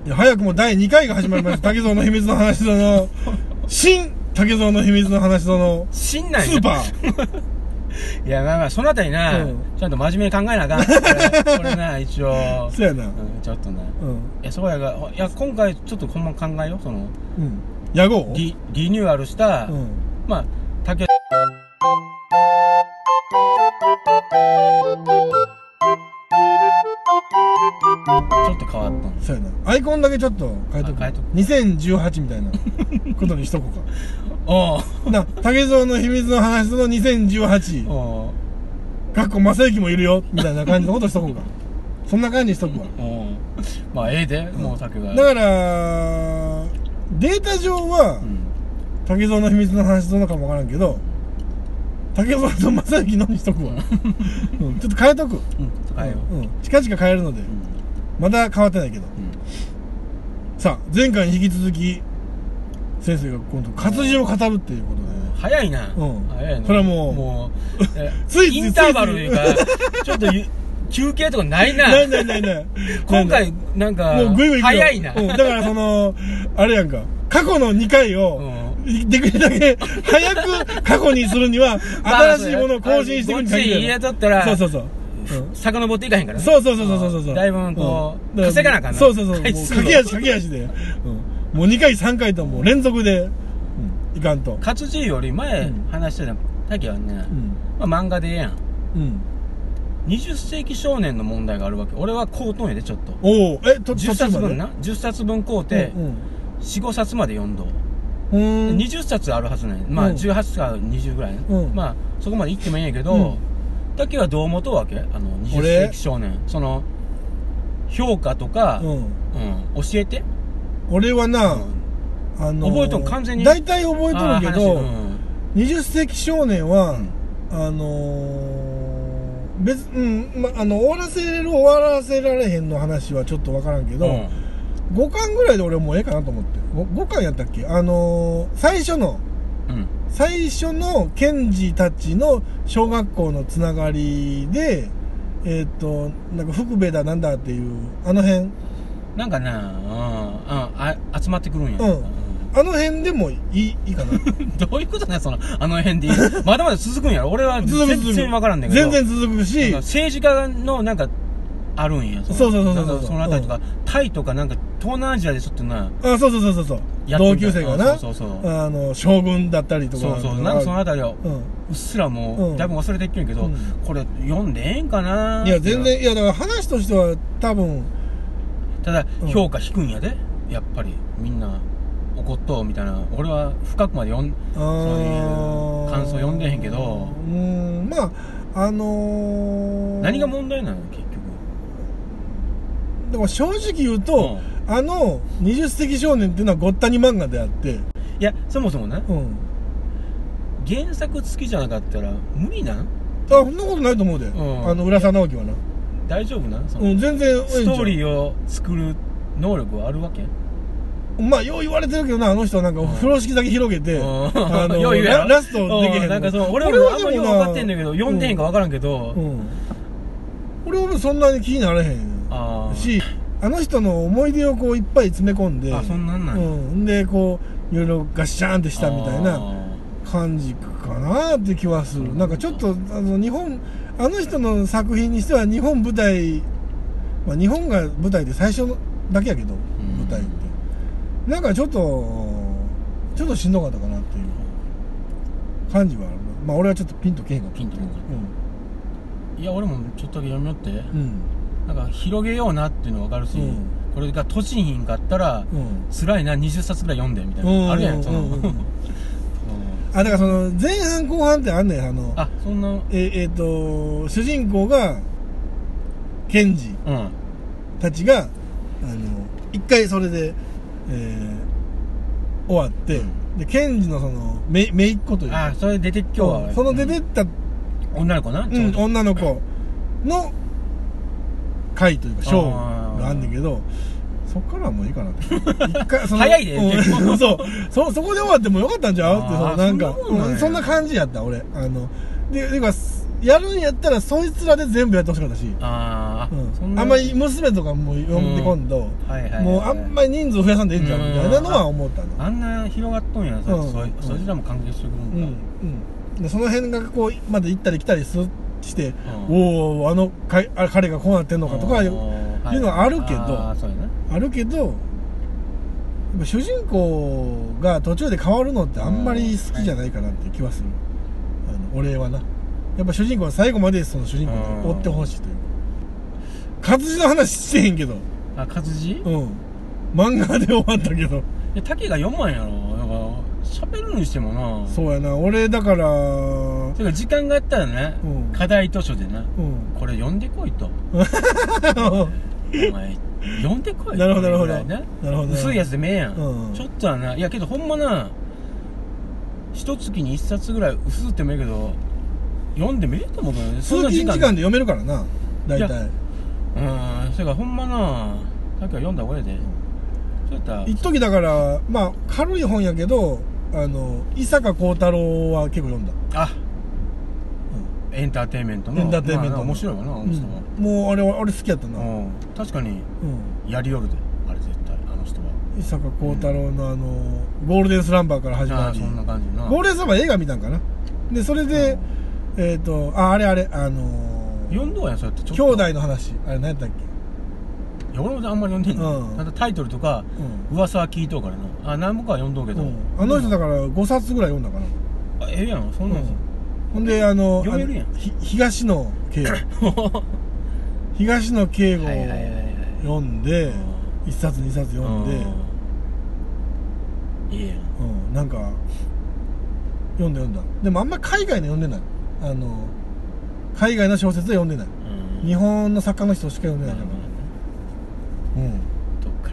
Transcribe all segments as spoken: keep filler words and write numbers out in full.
いや早くもだいにかいが始まりました竹蔵の秘密の話その新竹蔵の秘密の話その新なんやスーパーいやまあまあそのあたりな、うん、ちゃんと真面目に考えなあかんこれ, これな一応そうやな、 うん、ちょっとな、うん、いやそうやがいや今回ちょっとほんま考えようその、 うん、屋号リ, リニューアルした、うん、まあ竹ちょっと変わったの。 そうやな。アイコンだけちょっと変えとく。変えとく。にせんじゅうはちみたいなことにしとこうか。 おう。 な、竹蔵の秘密の話のにせんじゅうはち。おう。かっこ正幸もいるよみたいな感じのことしとこうか。そんな感じにしとくわ。 おう。まあええで、うん、もう酒が。 だからデータ上は、うん、竹蔵の秘密の話どうなのかもわからんけど。竹蔵と正幸のにしとくわ、うん、ちょっと変えとく、うん、変えよう、うん、近々変えるので、うん、まだ変わってないけど、うん、さあ前回に引き続き先生が今度活字を語るっていうことで、ね、 早いな、うん、早いなそれはもうもうついついインターバルというかちょっと休憩とかないなないないないない今回なんかもうグイグイ早いな、 うん、だからそのあれやんか過去のにかいを、うんできるだけ早く過去にするには新しいものを更新していくに限る。 入れとったら、 そうそうそう。 遡っていかへんからね。 そうそうそうそうそう。 だいぶこう、稼がなあかんな。 そうそうそう。駆け足駆け足で。もうにかいさんかいともう連続でいかんと。 活字より前話してた時はね、漫画でええやん。にじゅっせいき少年の問題があるわけ。俺は買うとんやでちょっと。 おお、え、 じゅっさつぶんな。じゅっさつぶん買うて、よん、ごさつまで読んどう。にじゅっさつあるはずね、まあじゅうはちかにじゅうぐらいね、うん、まあそこまで行ってもいいんやけど、うん、だけはどう思とうわけあのにじゅっせいき少年その評価とか、うんうん、教えて俺はな、うん、 あのー、覚えとん完全に大体覚えとるけど、うん、にじゅっせいき少年は、うん、あのー、別うんまあの終わらせれる終わらせられへんの話はちょっと分からんけど、うんごかんぐらいで俺もうええかなと思って 5, ごかんやったっけあのー、最初の、うん、最初の賢治たちの小学校のつながりでえっ、ー、となんか福部だなんだっていうあの辺なんかなああ集まってくるんや、 うん、あの辺でもいいいいかなどういうことねそのあの辺でいいまだまだ続くんやろ俺は全然分からんねんけど全然続くし政治家のなんかあるんやそうそうそうそうそうそのあたりとか、うん、タイとかなんか東南アジアでちょっとなあそうそうそうそうそう同級生がなそうそうそうあの将軍だったりとかそうそうなんかそのあたりを、うん、うっすらもう、うん、だいぶ忘れてきてんけど、うん、これ読んでええんかないや全然いやだから話としては多分ただ、うん、評価低いんやでやっぱりみんな怒っとうみたいな俺は深くまで読んそういう感想読んでへんけどうんまああのー、 何が問題なの結局でも正直言うと、うん、あのにじゅっせいき少年っていうのはごったに漫画であっていやそもそもね、うん、原作付きじゃなかったら無理なんあそんなことないと思うで、うん、あの浦沢直樹はな大丈夫なその、 うん、全然ストーリーを作る能力はあるわけまあよう言われてるけどなあの人はなんか風呂敷だけ広げて、うん、あのよう言うやろラストできへんなんかその俺はあんまりよう分かってんだけど読んでへんか分からんけど、うんうん、 俺はそんなに気になれへんあしあの人の思い出をこういっぱい詰め込んであそんなんなん、 うん、でこういろいろガッシャーンってしたみたいな感じかなって気はするなんかちょっとあの日本あの人の作品にしては日本舞台、まあ、日本が舞台で最初だけやけど舞台ってなんかちょっとちょっとしんどかったかなっていう感じはあるなまあ俺はちょっとピンとけへんかったピンとけへんかった、うん、いや俺もちょっとだけ読みよって、うんなんか広げようなっていうの分かるし、うん、これが閉じひんかったら、うん、辛いなにじゅっさつぐらい読んでみたいな、うん、あるやんその、うん、 あだからその前半後半ってあんねんあのあそんなええー、と主人公がケンジたちが、あの一回それで、えー、終わって、うん、でケンジのそのめ姪っ子というかあそれ出て今日はその出てった、 女の子な、 うん、女の子の回というかショーがあんねんけどそっからはもういいかなって一回その早いで、ね、 うん、そうそそこで終わってもよかったんちゃうってそのなんかそんな、うん、そんな感じやった俺あのででかやるんやったらそいつらで全部やってほしかったしああ、 うん、 そんなあんまり娘とかも呼んでこんと、 うんはいはいはいはい、 もうあんまり人数増やさんでいいんじゃんみたいなのは思ったの。 あんな広がっとんやな、うん、そ, そちらも関係してくるんか、 うんうん、でその辺がこうまで行ったり来たりするして、うん、おおあのかあ彼がこうなってんのかとかいうのはあるけど、あ, あ, ね、あるけど主人公が途中で変わるのってあんまり好きじゃないかなっていう気はする、はい、あの俺はなやっぱ主人公は最後までその主人公を追ってほしいというか活字の話してへんけどあ活字うん漫画で終わったけどいや竹が読まんやろなんか喋るにしてもなそうやな俺だからそれか時間があったらね、うん、課題図書でな、うん、これ読んでこいとお前読んでこいなるほどなるほど、 ね、なるほど薄いやつでめえやん、うん、ちょっとはないやけどほんまな一月に一冊ぐらい薄ってもいいけど読んでもええと思うけどね通勤時間で読めるからな大体うんそれからほんまなさっきは読んだ方がええで、うん、そうやったら一時だからまあ軽い本やけどあの伊坂幸太郎は結構読んだあエンターテインメントのエンターテインメント、 まあ、面白いわなあの人は、 うん、もうあれはあれ好きやったな、 うん、確かに、うん、やりよるであれ絶対あの人は伊坂幸太郎のあの、うん、ゴールデンスランバーから始まりそんな感じなゴールデンスランバー映画見たんかなでそれで、うん、えっ、ー、とああれあれあのー、読んどうやんそうやってちょっと兄弟の話あれ何やったっけいや俺もあんまり読んでんの、うん、ただタイトルとか、うん、噂は聞いとうからなあ何もかは読んどうけど、うん、 あの人だからごさつぐらい読んだかなあええやんそんなん、うんほんであの読めるやん東野圭吾東野圭吾を読んで一冊二冊読んでいいやん、 うん、なんか読んだ読んだでもあんま海外の読んでないあの海外の小説は読んでない、うん、日本の作家の人しか読んでないから、うん、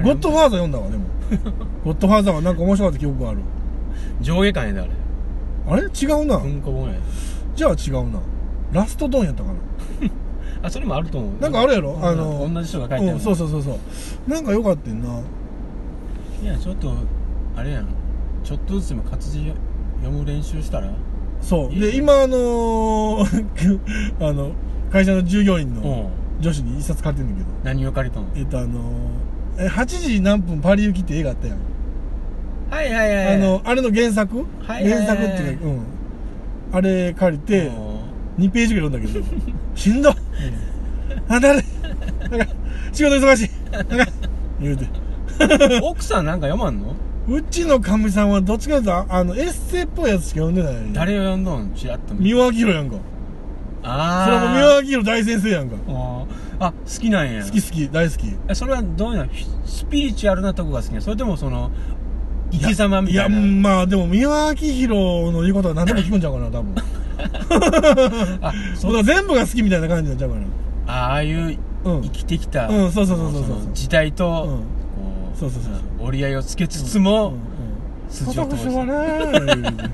ゴッドファーザー読んだわでもゴッドファーザーはなんか面白かった記憶がある上下巻やであれあれ違うな文庫本やじゃあ違うなラストドンやったかなあそれもあると思うなんかあるやろあの同じ人が書いてある、うん、 そうそうそうそうなんかよかったんないやちょっとあれやんちょっとずつでも活字読む練習したらそういいで今あのー、あの会社の従業員の女子に一冊借りてんだけど何を借りたのえっとあのー、はちじ何分パリ行きって映画あったやんはいはいはい、はい、 あのあれの原作、はいはいはい、原作っていうかうんあれ借りてにページぐらい読んだけどしんどあだれなんか仕事忙しいなんか言うて奥さんなんか読まんのうちのかみさんはどっちかというとあのエッセイっぽいやつしか読んでない誰を読んどんちらっと三輪明宏やんかああそれはもう三輪明宏大先生やんかああ好きなんや好き好き大好きそれはどういうのスピリチュアルなとこが好きなそれともその生き様みたいな。いや、 まあでも三輪明宏の言うことは何でも聞くんちゃうかな、多分。あ、そうだ、全部が好きみたいな感じになっちゃうかな。ああ、ああいう生きてきた、 うん、うん、そうそうそうそうそう時代と、うん、こうそうそうそう折り合いをつけつつも、うんうんうん、 筋を通して。ね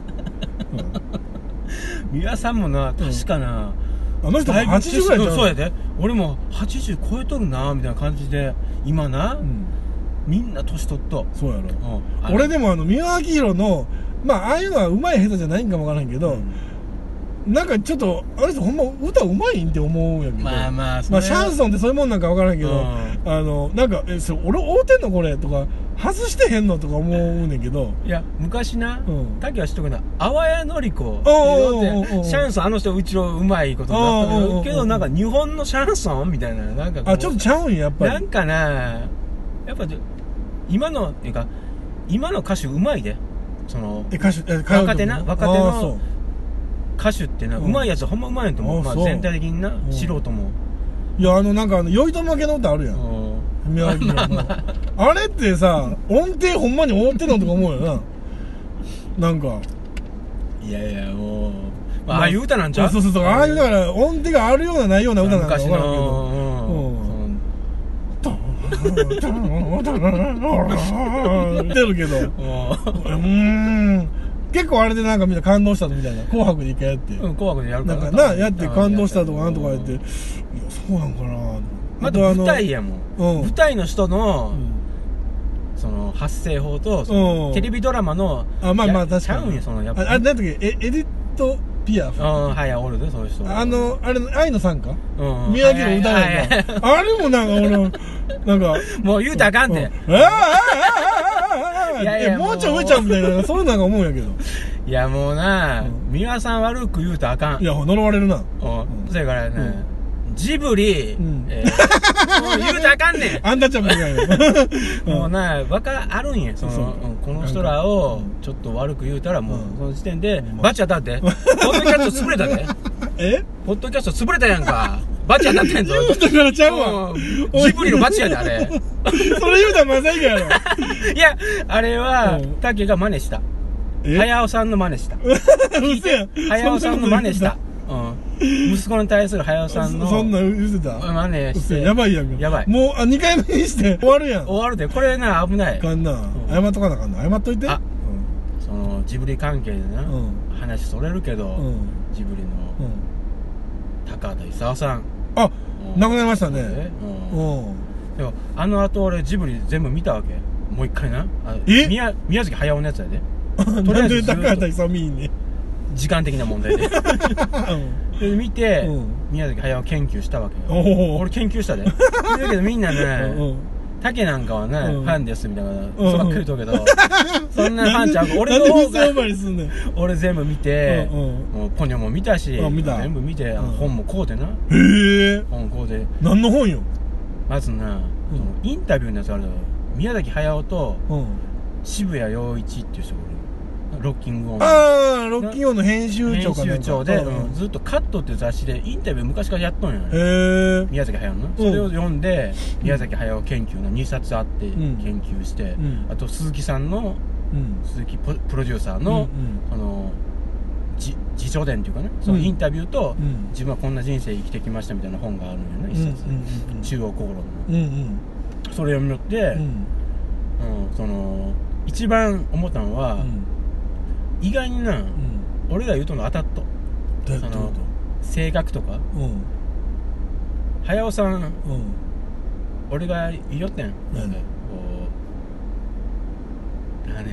三輪さんもな、確かな、 うん、あの人もはちじゅうぐらいじゃん。 そうやで。俺もはちじゅう超えとるなみたいな感じで、今な。うんみんな年取っとそうやろ、うん、俺でもあの三輪明宏のまあああいうのはうまい下手じゃないんかもわからんけど、うん、なんかちょっとあの人ほんま歌うまいんって思うんやけどまあまあまあシャンソンってそういうもんなんかわからんけど、うん、あのなんかえそれ俺合うてんのこれとか外してへんのとか思うねんけどいや昔な滝は知っとくな淡谷のり子シャンソンあの人うちのうまいことだったけどけどなんか日本のシャンソンみたいななんかあちょっとちゃうんややっぱりなんかなやっぱ今のいうか今の歌手うまいでそのえ歌手え若手な若手の歌手ってなうまいやつほんまうまいと思う、まあ、全体的にな素人もいやあのなんかあの酔いと負けの歌あるやん三輪明宏の、まあまあ、あれってさ音程ほんまに合ってんのとか思うよななんかいやいやもう、まあ、ああいう歌なんちゃうそうそうそうああいうだから音程があるようなないような歌なんか分からんけど出るけどうん結構あれでなんかみんな感動したみたいな紅白で一回やってうん紅白でやるからなんかなやって感動したとかなんとか言っていやそうなんかなあと舞台やもん、うん、舞台の人の、うん、その発声法とそのテレビドラマのあまあまあ確かにちゃうんよそのやっぱあれなんだっけエエディットピアフうんはいおるでそういう人あのあれ愛のさんかうん宮城の歌やんかあれもなんか俺なんかもう言うたらあかんてああああいやいやもうちょい上ちゃうみたいなそういうのなんか思うんやけどいやもうな三輪さん悪く言うたらあかんいや呪われるなうんそれからねジブリもう言うたらあかんねんあんたちゃんもいやもうなわかあるんやそのこの人らをちょっと悪く言うたらもうその時点でバチ当たってポッドキャスト潰れたでえポッドキャスト潰れたやんかバチ当たってんぞだからちゃうわジブリのバチやであれそれ言うたらまずいやろいやあれはタケが真似した早尾さんの真似した嘘やん早尾さんの真似した息子に対する早尾さんのそんな言ってた真似してやばいやんかやばいもうあにかいめにして終わるやん終わるでこれな危ないあかんな謝っとかなあかんな謝っといてあそのジブリ関係でな話それるけどジブリの高畑勲さんあ亡くなりましたねでもあの後俺ジブリ全部見たわけもう一回なえ宮崎駿のやつやでとりあえず高畑勲見んね時間的な問題でで見て宮崎駿研究したわけよ俺研究したでだけどみんなね竹なんかはねファンですみたいなそうばっかり言うとけどそんなファンちゃう俺の方が俺全部見てもうポニョも見たし全部見て本も買うてなへえ本買うて何の本よまずなインタビューのやつあるだろ宮崎駿と渋谷陽一っていう人がおるロッキングオンああロッキングオンの編集長か編集長でずっとカットっていう雑誌でインタビュー昔からやっとんやへえ宮崎駿のそれを読んで宮崎駿研究のにさつあって研究してあと鈴木さんの鈴木プロデューサーのその自叙伝っていうかねそのインタビューと自分はこんな人生生きてきましたみたいな本があるんやね一冊中央公論のそれ読みよってその一番思ったのは意外にな、うん、俺が言うとの当たっとその性格とか早尾さん、うん、俺が言いよってんなんかこう何やろな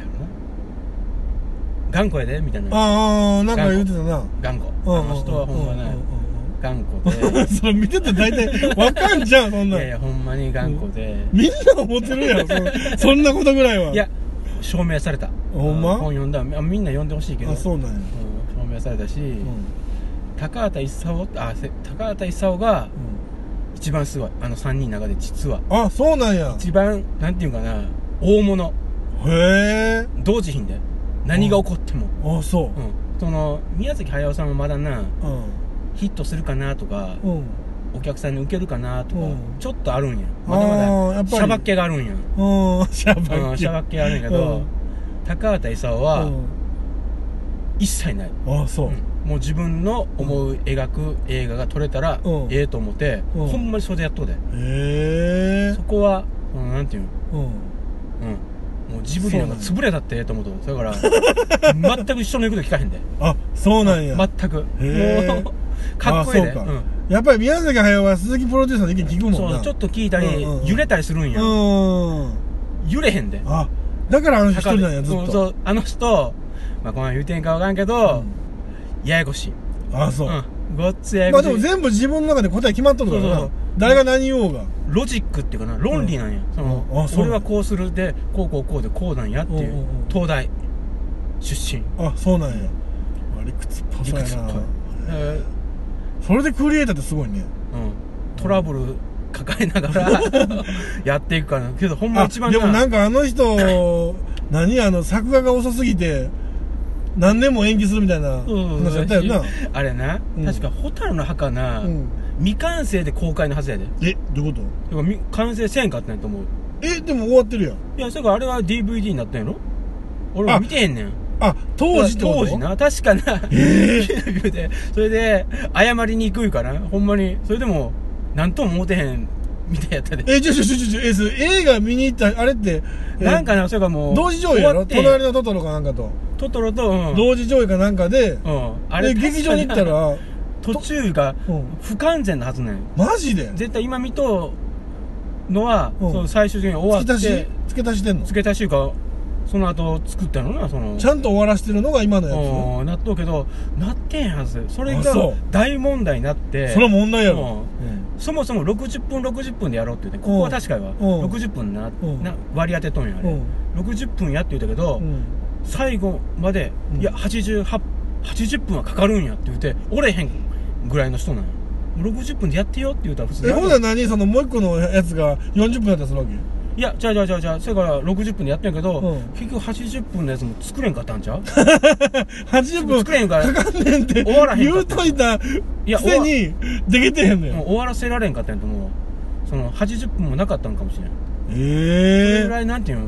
頑固やでみたいなああなんか言うてたな頑固あの人はほんまね頑固でそれ見てたら大体わかんじゃんそんなんいやいやほんまに頑固で、 うん、みんな思ってるやん そ, そんなことぐらいはいや証明されたほんま本読んだみんな読んでほしいけどあそうなんや、 うん、証明されたし、うん、高畑勲あ高畑勲が一番すごいあのさんにんの中で実はあそうなんや一番なんていうかな大物へえ同時品で何が起こってもあそう、うん、 その宮崎駿さんはまだな、うん、ヒットするかなとか、うんお客さんに受けるかなとか、うん、ちょっとあるんやまだまだシャバっ気があるんやシャバっ気シャバっ気があるんやけど、うん、高畑勲は、うん、一切ないあそう、うん、 もう自分の思う描く映画が撮れたら、うん、ええと思って、うん、ほんまにそれでやっとでへえそこは、うん、なんていうのうん、うん、もうジブリなんか潰れたってええと思うとだから全く一緒の言うこと聞かへんであそうなんや全くもうかっこいいね、 うんやっぱり宮崎駿は鈴木プロデューサーの意見聞くもんなそうちょっと聞いたり、うんうん、揺れたりするんやうん揺れへんであだからあの人一人なんやずっとそうそうあの人まあこんなん言うてんかわかんけど、うん、ややこしいあそう、 うん、ごっつややこしいまあでも全部自分の中で答え決まっとるからなそうそうそう誰が何言おうがロジックっていうかな論理なんや、うん、その、うん、あそう俺はこうするでこうこうこうでこうなんやっていう、うんうんうん、東大出身あそうなんや理屈っぽさやな理屈っぽい、えーそれでクリエイターってすごいね、 うん、トラブル抱えながらやっていくからけどほんま一番でもなんかあの人何あの作画が遅すぎて何年も延期するみたいな話やったよなあれな、うん、確か蛍の墓な、うん、未完成で公開のはずやでえどういうことだから完成せんかったんやと思うえでも終わってるやんいやそれからあれは ディーブイディー になったんやろ俺も見てへんねんあ当時ってこと当時な確かな、えー、でそれで謝りに行くからほんまにそれでも何とも思ってへんみたいやったでえちょちょちょちょえそ映画見に行ったあれってなんかなそれかもう同時上映やろ隣のトトロかなんかとトトロと、うん、 同時上映かなんかで、うん、あれ劇場に行ったら途中が不完全なはずねんマジで絶対今見とのは、うん、その最終的に終わって付け足し付け足してんの付け足しいうかその後作ったのな、そのちゃんと終わらしてるのが今のやつなっとうけど、なってへんはず。それが大問題になって、 それは問題やろ、うん、 そもそもろくじゅっぷんろくじゅっぷんでやろうって言って、ここは確かはろくじゅっぷんな、な割り当てとんやあれ、ろくじゅっぷんやって言ったけど、うん、最後まで、うん、いやはちじゅうはち、はちじゅっぷんはかかるんやって言っておれへんぐらいの人なの。ろくじゅっぷんでやってよって言ったら普通に。 え、ほんなら何、そのもう一個のやつがよんじゅっぷんやったりするわけ？ いや、じゃあじゃあじゃあじゃあ、それからろくじゅっぷんでやってんけど、うん、結局はちじゅっぷんのやつも作れんかったんちゃうはちじゅっぷん作れんからかかんねんって終わらへん言うといたくせにできてへんねん。 もう終わらせられんかったんやと思う。そのはちじゅっぷんもなかったんかもしれん。 ええー、 それぐらいなんていうの、うん、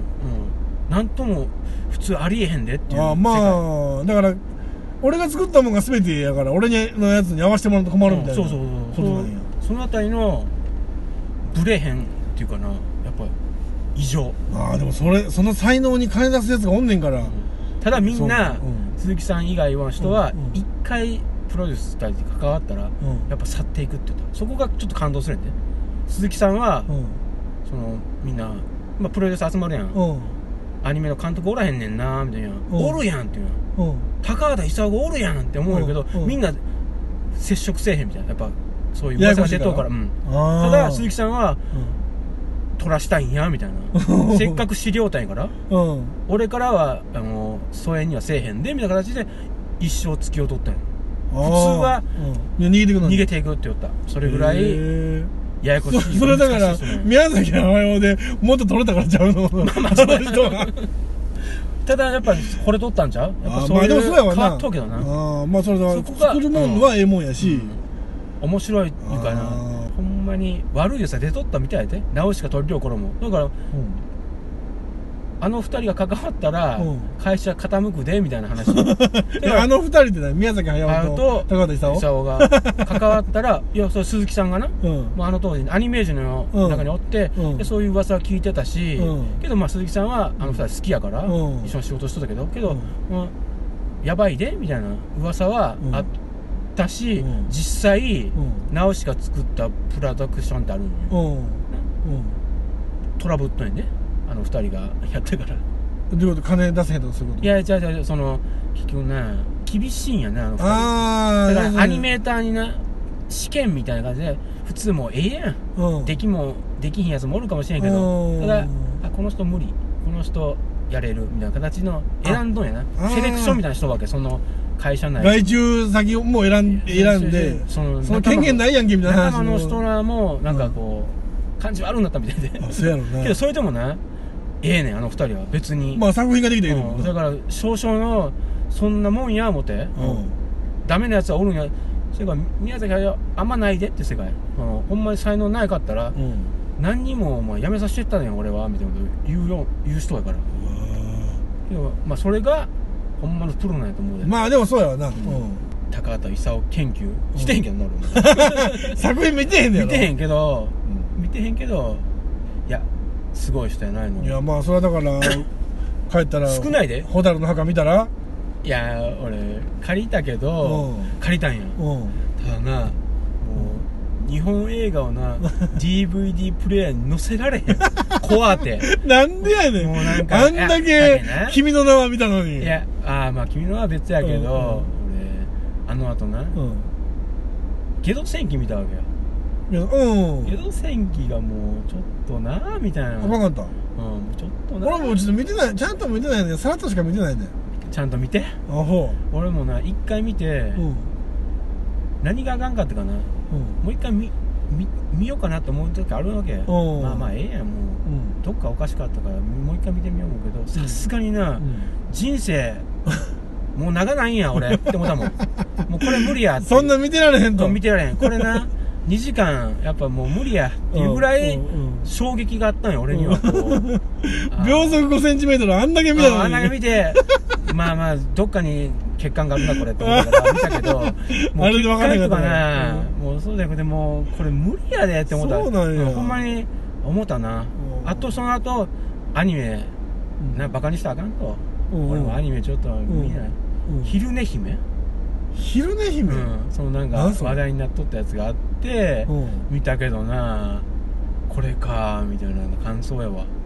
なんとも普通ありえへんでっていう。 ああ、まあだから俺が作ったもんが全てやから俺のやつに合わせてもらうと困るみたいな、うん、 そうそうそうそう、そのあたりのブレへんっていうかな、やっぱ異常。 ああ、でもそれその才能に金出すやつがおんねんから、うん、 ただみんな、うん、鈴木さん以外の人は一回プロデュースしたり関わったら、うん、やっぱ去っていくって言った。そこがちょっと感動するんで、鈴木さんは、うん、そのみんな、まあ、プロデュース集まるやん、うん、アニメの監督おらへんねんなみたいな、うん、おるやんっていうの、うん、高畑勲がおるやんって思うんやけど、うん、みんな接触せえへんみたいな、やっぱそういう噂が出とうから、うん、ただ鈴木さんは、うん、撮らしたいんやみたいなせっかく資料たんやから、うん、俺からはあの疎遠にはせえへんでみたいな形で一生突きを取ったんや。普通は、 うん、逃げていくの逃げていくって言った。それぐらいややこしい。 そ, それだから宮崎駿でもっと撮れたからちゃうのまあまあその人はただやっぱこれ撮ったんちゃう。やっぱそういう変わっとうけどな。 ああ、まあそれだ作るもんはええもんやし、 うん、面白いいうかな、ほんまに悪いやつは出とったみたいで、直しか取り量頃もだから、うん、あの二人が関わったら会社傾くでみたいな話あの二人って何、宮崎駿と高畑勲が関わったらいやそれ鈴木さんがな、うん、まあ、あの当時アニメージュの中におって、うん、でそういう噂は聞いてたし、うん、けどまあ鈴木さんはあの二人好きやから、うん、一緒に仕事してたけどけど、うんまあ、やばいでみたいな噂はあったし、うん、実際、うん、直しが作ったプロダクションってあるんよ、うんうん、トラブっとんやね、あの二人がやってから。 どういうこと、金出せへんとかそういうこと？ いや、じゃあじゃあその結局な厳しいんやね、あの二人。ああ、だからアニメーターにな試験みたいな感じで普通もうええやん、うん、できもできひんやつもおるかもしれんけど、ただあこの人無理、この人やれるみたいな形の選んどんやな、セレクションみたいな人わけ、その会社内外注先をもう選ん選んでそのその権限ないやんけみたいな話。 仲間の人らもなんかこう、うん、感じ悪くなったみたいで。 あ、そうやろな。 けどそれでもなええねん、あの二人は別に。 まあ作品ができてるもん、 うん、だから少々のそんなもんや思って、うん、ダメなやつはおるんや。それから宮崎はあんまないでって世界、あのほんまに才能ないかったら、うん、何にもまあやめさせてったのよ俺はみたいなこと言うよ言う人やから。けどまあそれがほんまのプロなんやと思うで。 まあでもそうやわな、うん、 高畑勲研究してへんけどな、 俺も作品見てへんねやろ。 見てへんけど、うん、見てへんけどいやすごい人やないの。 いやまあそれはだから帰ったら少ないで蛍の墓見たら、 いや俺借りたけど、うん、借りたんや、うん、ただなもう日本映画をなディーブイディー プレイヤーに載せられへん怖ってなんでやねん。もうなんかあんだけ君の名は見たのに。 いやあまあ君の名は別やけど、うんうん、俺あの後な、うん、ゲド戦記見たわけよ。 いや、うん、 ゲド戦記がもうちょっとなみたいな。 分かった。うん、 ちょっとな。 俺もちょっと見てない、ちゃんと見てないね。さらっとしか見てないね。 ちゃんと見て。 あほう。俺もな一回見て、うん、何があかんかったかな、うん、もう一回見見見ようかなと思う時あるわけ。うん、まあまあええやんもう、うん、どっかおかしかったからもう一回見てみよう思うけど、さすがにな、うん、人生もう長ないんや俺って思ったもん。もうこれ無理やって。 そんな見てられへんと。 見てられへんこれなにじかんやっぱもう無理やっていうぐらい衝撃があったんよ俺には。こう秒速ごセンチメートルあんだけ見たのに。 あんだけ見てまあまあどっかに血管があるなこれって思ったから見たけど、もう血管とかな、もうそうだけどもうこれ無理やでって思った。 そうなんや。 ほんまに思ったな。あとその後アニメなバカにしたらあかんと。俺もアニメちょっと見ない。昼寝姫昼寝姫、うん、 そのなんか話題になっとったやつがあって、うん、見たけどなこれかみたいな感想やわ。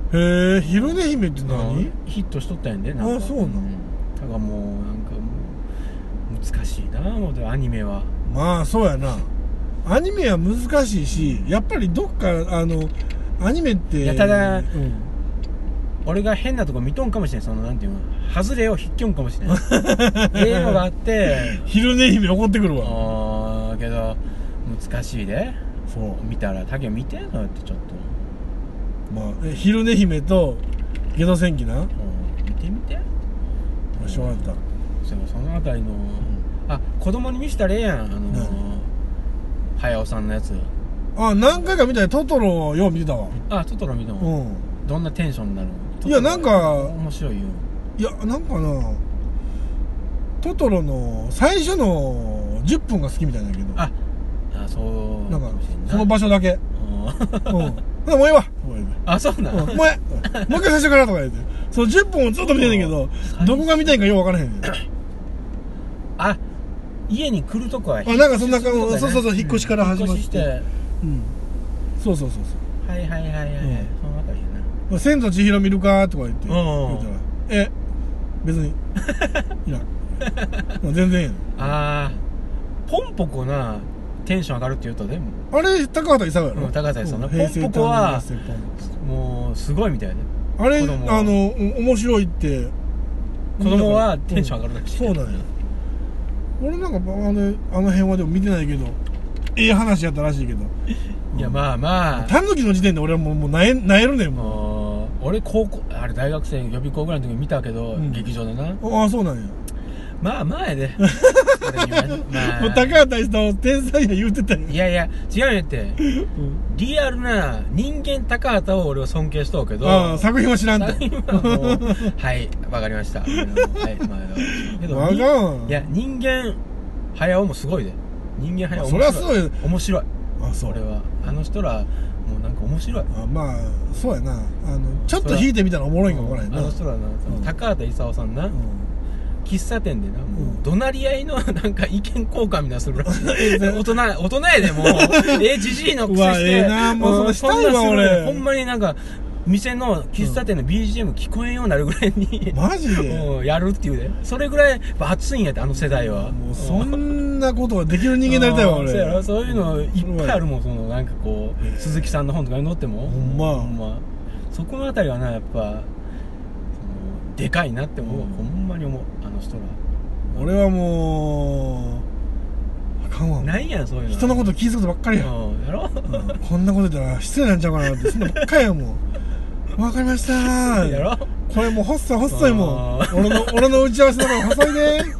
へえ、昼寝姫って何？ ヒットしとったんやで、なんか。 あ、そうなの。だからもうなんかもう難しいな思う、アニメは。 まあそうやな。アニメは難しいし、やっぱりどっかあのアニメって、 いやただ、 うん、 俺が変なとこ見とんかもしれん、そのなんていうの、外れを引っきょんかもしれん。ええのがあって、 昼寝姫怒ってくるわ。 ああ、けど難しいで。 そう見たら、タケ見て、そうやってちょっと。 まあ、え昼寝姫とゲド戦記な、うん、 見てみて。 しょうがなかった。 そうそのあたりの、うん、あ、子供に見せたらええやん、あのー、早尾さんのやつ。 あ、何回か見たよ。トトロよう見てたわ。 あ、トトロ見たもん、うん、どんなテンションになる？ いや、なんか面白いよ。 いや、なんかな、トトロの最初のじゅっぷんが好きみたいなんだけど。 ああ、そうなんかその場所だけ。うん。もうええわ。 あ、そうなの。 もうええ。もう一回最初からとか言って。そのじゅっぷんをずっと見てんねんけど、どこが見たいんかよう分からへんねん。 あ、家に来るとこは。 あ、なんかそんな感じ。そうそうそう、引っ越しから始まって。 引っ越しして。 うん。そうそうそうそう。 はいはいはいはい。そのあたりやな。千と千尋見るかとか言って。言ったら、え、別に。いや。全然やん。 ああ。ポンポコな。テンション上がるって言うとね、 あれ高畑勲やろ。 高畑勲な。ポンポコはもうすごいみたいで。 あれ、あの面白いって子供はテンション上がるだけ。 そうなんや。俺なんかあのあの辺はでも見てないけど、ええ話やったらしいけど。 いやまあまあ。 タヌキの時点で俺はもうもうなえなえるねんもう。俺高校あれ大学生予備校ぐらいの時見たけど劇場でな。 ああそうなんや。 まあまあやで。 まあ、もう高畑勲天才や言うてたよ。 いやいや違うんやって、うん、リアルな人間高畑を俺は尊敬しとうけど、 ああ作品は知らんと。 はいわかりました。はい、まあ、けどわかん。 いや人間早尾もすごいで。人間早尾それはすごい面白い。 あ、そう。 俺はあの人らもうなんか面白い。 あ、まあそうやな。あのちょっと引いてみたらおもろいんか分からへんな。 あの人らな、その高畑勲さんな。うん、喫茶店でな、もう怒鳴り合いのなんか意見交換みたいなするらしい。大人、大人やでもう、え、じじいの癖して。 ええな、もうそれしたいわ俺。 ほんまになんか、店の喫茶店の ビージーエム 聞こえんようになるぐらいに。 マジでやるっていうね。それぐらい熱いんやって、あの世代は。 もうそんなことができる人間になりたいわ俺。 そうやろ、そういうのいっぱいあるもん、そのなんかこう、鈴木さんの本とかに載っても。 ほんま。 ほんま。そこのあたりはな、やっぱ、でかいなって思う。ほんまに思う、あの人ら。 俺はもうあかんわ。 ないやんそういうの。 人のこと気づくことばっかりや。 やろ。 こんなこと言ったら失礼なんちゃうかなってそんなばっかりやもん。わかりましたー。 やろ。これもう細い細いもん。俺の俺の打ち合わせの方が細いで。はい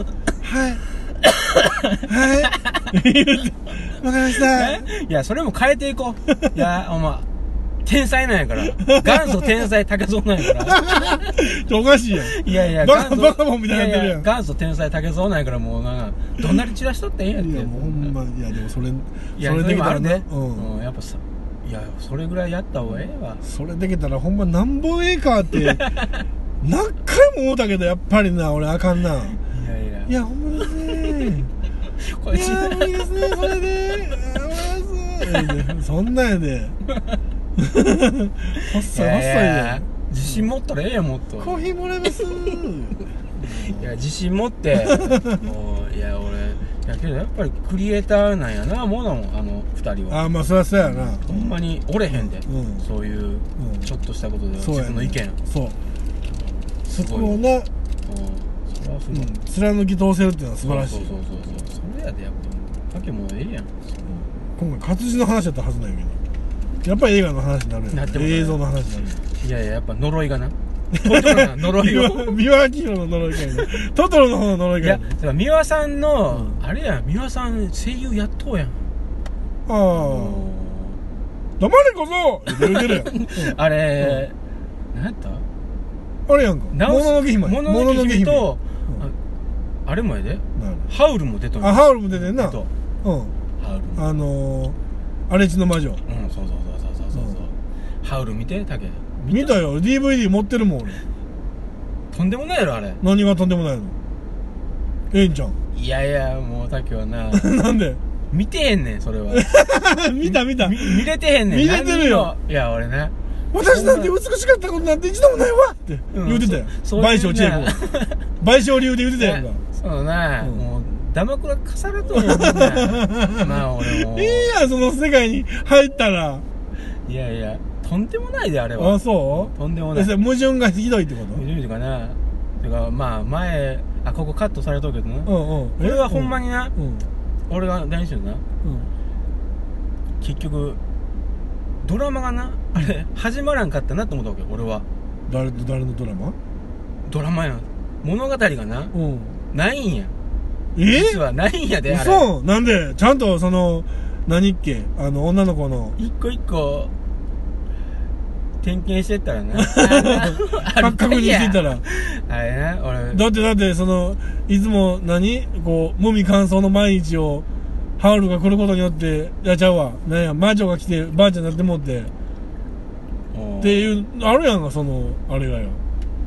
はい。わかりました。 いやそれも変えていこう。いやお前天才なんやから。元祖天才竹蔵なんやから。 おかしいやん。 いやいや、 バカバカもんみたいになってるやん。 元祖天才竹蔵なんやから、もうなんか、どんなに散らしとってええんやって。 いや、もうほんま、いや、でもそれ、 いや、それできたらね。 うん。 やっぱさ、いや、それぐらいやった方がええわ。 それできたら、ほんまなんぼええかって、何回も思ったけど、やっぱりな、俺あかんな。いやいや。いや、ほんまですね。こいつ。いや、無理ですね、それで。そんなんやで。細い細いで。 自信持ったらええやん、もっと。 コーヒーもらえます。いや、自信持って。もういや、俺、やけどやっぱりクリエイターなんやな、もうだもん、あの二人は。 ああ、まあそりゃそうやな。 ほんまに折れへんで。そういうちょっとしたことで自分の意見。 そう。そこをな、それはすごい。貫き通せるっていうのは素晴らしい。そうそうそうそう。それやでやっぱ。だけもうええやん。 今回活字の話だったはずなんやけど。やっぱり映画の話になるやん。映像の話になる。 いやいや、やっぱ呪いがな。トトロが呪いを。 三輪明宏の呪いかいな。トトロの方の呪いかいな。 いや、三輪さんの、あれやん、三輪さん声優やっとうやん。ああ。黙れこそ言うてるやん。 あれ、何やったあれやんか。もののけ姫。 もののけ姫と、あれもやで。ハウルも出とる。 あ、ハウルも出てんな。うん。 ハウル。 あの、荒地の魔女。うん、 そうそうそうそうそうそう。ハウル見て、タケ。 見たよ。ディーブイディー 持ってるもん俺。 とんでもないやろあれ。 何がとんでもないの。ええんちゃん。 いやいや、もうタケはな。 なんで見てへんねんそれは。 見た見た。 見れてへんねん。 見れてるよ。 いや俺ね、 私なんて美しかったことなんて一度もないわって言うてたよ、賠償千恵子賠償理由で言うてたやんか。 そうね、もうダマくら重なっとるよまあ俺もいいやその世界に入ったら。 いやいやとんでもないであれは。 あ、そう。 とんでもない。 矛盾がひどいってこと。 矛盾とかな。てかまあ前あここカットされとるけどな、 うんうん、 俺はほんまにな、 うん、 俺が何しような、うん、結局ドラマがなあれ始まらんかったなと思ったわけ俺は。 誰と誰のドラマ？ ドラマやん、物語がな、うん、ないんや。 え実はないんやで。あれそうなんでちゃんとその何っけあの女の子の一個一個点検してったらな確認してたらあれな俺だってだってそのいつも何こう無味乾燥の毎日をハウルが来ることによってやっちゃうわなんや魔女が来てばあちゃんになってもってっていうあるやんかそのあれがよ。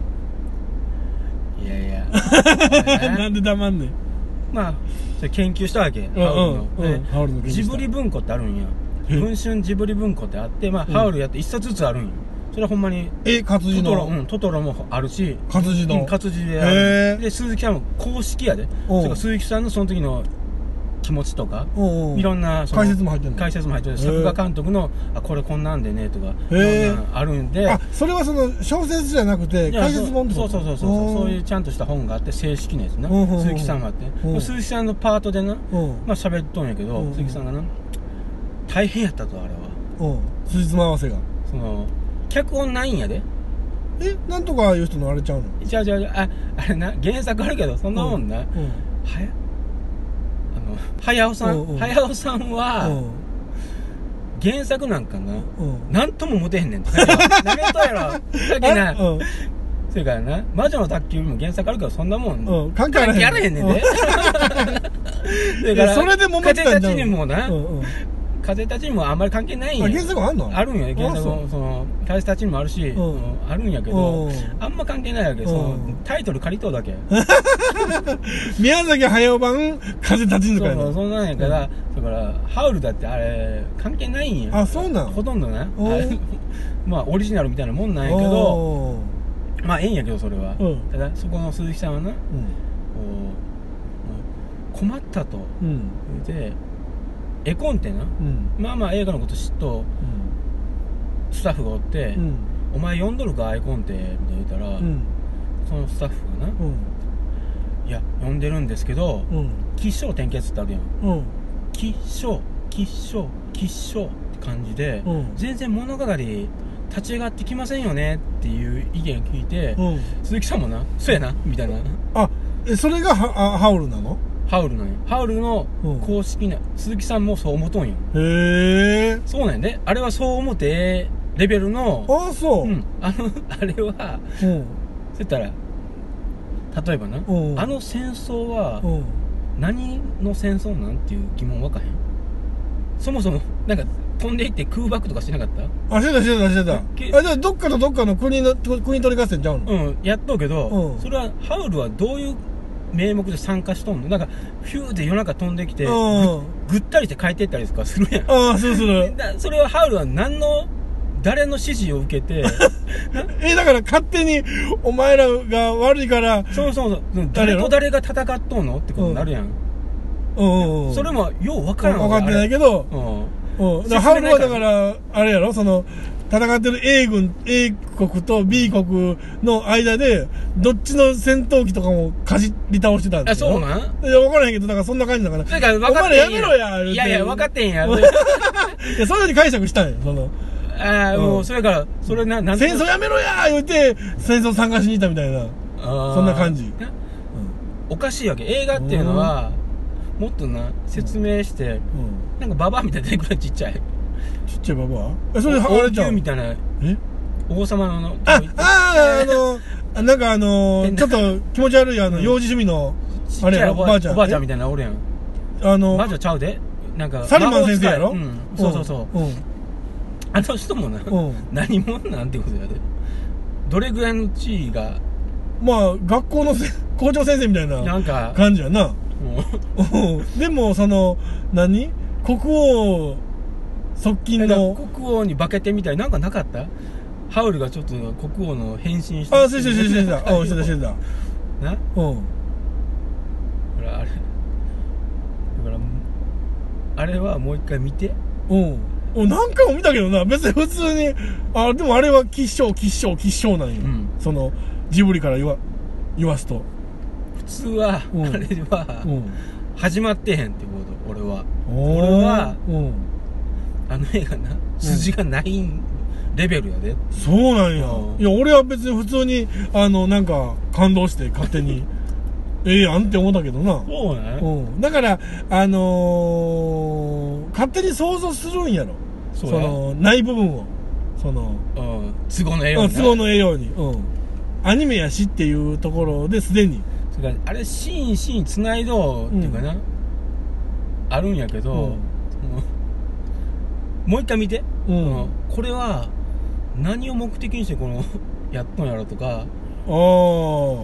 いやいやなんで黙んねん。 まあそれ研究したわけ、ハウルの、ハウルのジブリ文庫ってあるんや。文春ジブリ文庫ってあって、まあ、うん、ハウルやって一冊ずつあるんよ。それはほんまにえ活字のトトロ、うん、トトロもあるし活字の、 うん、活字である。で鈴木さんも公式やで。それから鈴木さんのその時の気持ちとかいろんな解説も入ってるの。 解説も入ってる。作画監督のあこれこんなんでねとかいろんなあるんで。 あそれはその小説じゃなくて解説本ってこと。 そうそうそうそうそういうちゃんとした本があって正式なやつな。鈴木さんがあって鈴木さんのパートでなまあ喋っとんやけど鈴木さんがな大変やったとあれは。 辻褄合わせがその脚本ないんやで。 えなんとかいう人のあれちゃうの。 じゃあじゃあじゃああれな原作あるけどそんなもんな。はやあの早尾さん早尾さんは原作なんかななんとも持てへんねん。何とやろだけな。それからな魔女の宅急便も原作あるけどそんなもん関係あらへんねんで。 それからそれでも風たちにもな風たちにもあんまり関係ないんや。 原作あんの？ あるんや原作もその風たちにもあるし、うん、あるんやけどあんま関係ないわけ。そのタイトル借りとるだけ。 宮崎駿版風たちのかい。 そうそうそんなんやから、うん、だからハウルだってあれ関係ないんや。 あそうなん。 ほとんどねまあオリジナルみたいなもんなんやけどまあええんやけどそれは、うん、ただそこの鈴木さんはな、うん、困ったと言って、うん絵コンテな、うん、まあまあ映画のこと知っと、うん、スタッフがおって、うん、お前読んどるか絵コンテみたいな言ったら、うん、そのスタッフがな、うん、いや読んでるんですけど、うん、吉祥転結ってあるやん、うん、吉祥吉祥吉祥って感じで、うん、全然物語立ち上がってきませんよねっていう意見聞いて、うん、鈴木さんもなそうやなみたいな。 あえそれがハハウルなの。 ハウルなんよ。ハウルの公式な、うん、鈴木さんもそう思とんよ。 へえ。 そうなんやね。あれはそう思ってレベルの。 ああそう。うん。 あのあれは。うん。そうったら例えばな、うん、あの戦争は何の戦争なんっていう疑問わかへん。そもそもなんか飛んでいって空爆とかしなかった？ あしてたしてたしてた。あじゃあどっかとどっかの国の国取り合戦ちゃうの？ うんやっとうけど、うん、それはハウルはどういう名目で参加しとんの？なんかヒューで夜中飛んできて ぐ, ぐったりして帰っていったりとかするやん。 ああそうする。 それはハウルは何の誰の指示を受けてえだから勝手にお前らが悪いからそうそうそう誰と誰が戦っとんのってことになるやん。うんうん、それもよう分からん。 分かってないけど、うんうん、だハウルはだからあれやろその戦ってる A 軍 A 国と B 国の間でどっちの戦闘機とかもかじり倒してたんですよ。 あそうなん？いや分からへんけどだからそんな感じだから。 それから分かってんや。お前らやめろや言うて。いやいや分かってんや。いやそういうふうに解釈したんよその。 ああ、うん、もうそれからそれななん戦争やめろや言うて戦争参加しに行ったみたいなそんな感じ、うん、 おかしいわけ。映画っていうのはもっとな説明して、うん、なんかババアみたいな出てくるちっちゃいちっちゃいババアえそれ王宮みたいなえ王様のあああのなんかあのちょっと気持ち悪いあの幼児趣味のあれやおばあちゃんおばあちゃんみたいなおるやん。 あの魔女ちゃうでなんかサリマン先生やろ、 うん、そうそうそう、うん、あの人もな、うん、何者なんてことやで。どれぐらいの地位がまあ学校の校長先生みたいななんか感じやな。でもその何国王側近の国王に化けてみたいなんかなかった？ ハウルがちょっと国王の変身して、 あ、してしてしてたうんしてたしてたな、うん、ほらあれだからあれはもう一回見て。 うんお何回も見たけどな、別に普通に、あ、でもあれは吉祥吉祥吉祥なんよ、うん、そのジブリから言わ言わすと普通は、うん、あれは、うん、始まってへんってこと。俺は俺は、うん、あの映画な筋がないレベルやで、うん、 そうなんや、うん、いや俺は別に普通にあのなんか感動して勝手にええやんって思ったけどな。 そうね、 うん、だからあのー、勝手に想像するんやろ、そのない部分をその、 うん、都合のええように、 都合のええように、うん、アニメやしっていうところですでにそれあれシーンシーンつないどうっていうかな、うん、あるんやけど、うん、もう一回見て、うん、これは何を目的にしてこのやっとんやろとか、ああの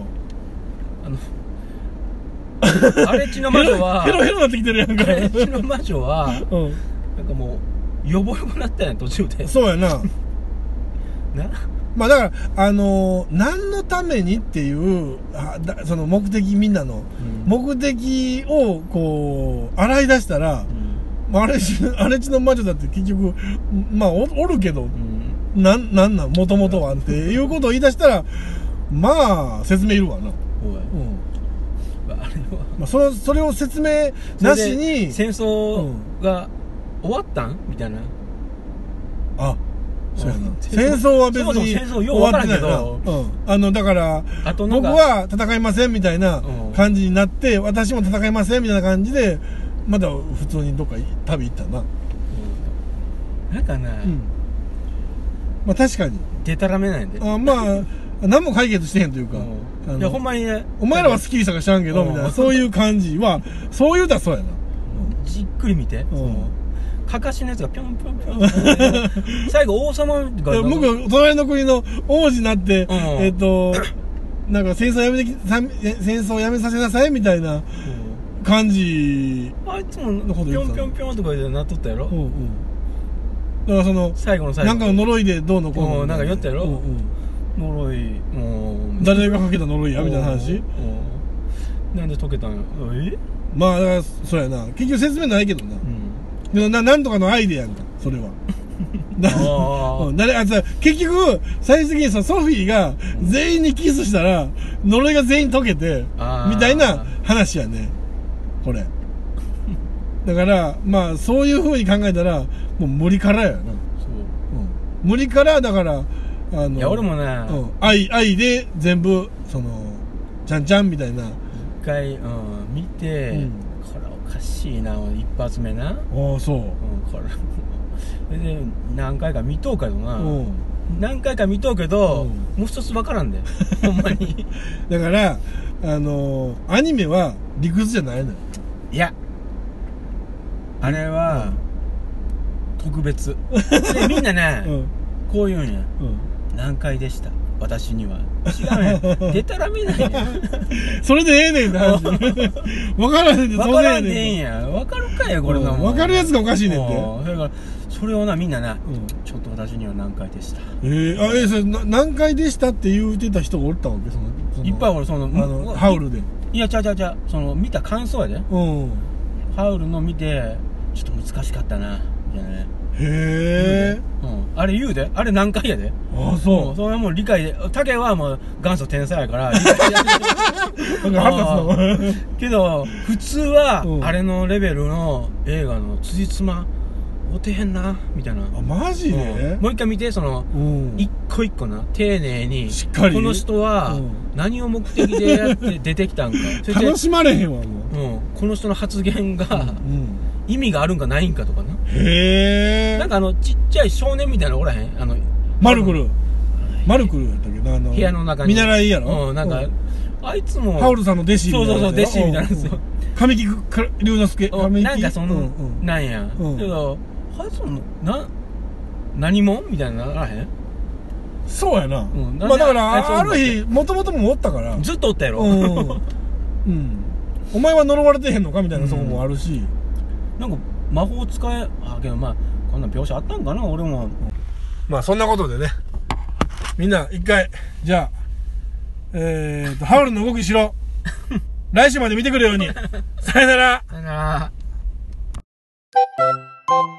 荒地の魔女はヘロヘロなってきてるやんか。 荒地の魔女は、うん、なんかもうヨボヨボなったやん途中で。 そうやなな、 まあだからあのー、何のためにっていうあだその目的みんなの、うん、目的をこう洗い出したら、うん、まあ、荒地荒地の魔女だって結局まあ お, おるけど、うん、なんなんなんもともとはっていうことを言い出したらまあ説明いるわな。うんまあ、そのそれを説明なしに戦争が終わったんみたいな。 あ、そうやな。戦争は別に終わってないな。うん、あのだから僕は戦いませんみたいな感じになって、うん、私も戦いませんみたいな感じでまだ普通にどっか旅行ったな。 うん、なんかな、うん、 まあ確かにでたらめないんで。 あまあ何も解決してへんというか。 うん、いやほんまにね、 お前らはスッキリしたか知らんけどみたいなそういう感じはそういうたらそうやな、 うん、じっくり見て、うん、かかしのやつがぴょんぴょんぴょん最後王様が僕隣の国の王子になって、うん、えっとなんか戦争やめて戦争やめさせなさいみたいな感じ、 うん、あいつもぴょんぴょんぴょんとかでなっとったやろ、うんうん、 だからその最後の最後なんかの呪いでどうのこうのなんか言ったやろ、うんうん、呪いもう誰がかけた呪いやみたいな話。 なんで解けたんや。えまあそうやな、結局説明ないけどな、うん、でも な, なんとかのアイデアやんかそれはあ誰あ結局最終的にそのソフィーが全員にキスしたら呪いが全員解けてみたいな話やねこれだからまあそういう風に考えたらもう無理からやな。そう、うん、無理からだからあのいや俺もね、 うん、愛愛で全部そのちゃんちゃんみたいな一回、うん、見て、うん、これおかしいな一発目な。ああそう、うん、 これで何回か見とうけどな、うん、何回か見とうけど、うん、もう一つ分からんでほんまにだからあのアニメは理屈じゃないのよ。 いやあれは、うん、特別でみんなね、うん、こう言うんや、うん難解でした私には。違うねんでたらめないねんそれでええねんな分からんねん分からんでええんや分かるかやこれの分かるやつがおかしいねんって。 だからそれをなみんなな、うん、ちょっと私には難解でした。 えー、あえー、それな難解でしたって言うてた人がおったわけ。そのそのいっぱい俺そのあのハウルでいやちゃうちゃうちゃうその見た感想やで、うん、ハウルの見てちょっと難しかったなみたいなね。 へえ、 うん、あれ言うであれ何回やで。 ああそう、 うん、それはもう理解で竹はもう元祖天才やから理解でけど普通は、うん、あれのレベルの映画の辻褄合てへんなみたいな。 あマジで、 うん、もう一回見てその、うん、一個一個な丁寧にしっかりこの人は何を目的でやって出てきたんか楽しまれへんわもう、 うん、この人の発言が、うんうん意味があるんかないんかとかな。 へえ。 なんかあのちっちゃい少年みたいなのおらへんあのマルクルマルクルやったっけなあの部屋の中に見習いやろ。 うんなんか、うん、あいつもハウルさんの弟子みたいな。 そうそうそう弟子みたいなんですよ。 神木隆之介なんかその、うんうん、なんや、うん、けどあいつもな何もみたいなのならへん。 そうやな、うん、まあだからある日もともともおったからずっとおったやろ。うん、 うんお前は呪われてへんのかみたいなとこもあるし、 うん、なんか魔法使えあけどまあこんな描写あったんかな俺も。 まあそんなことでねみんな一回じゃあえーとハウルの動きしろ来週まで見てくるようにさよならさよなら。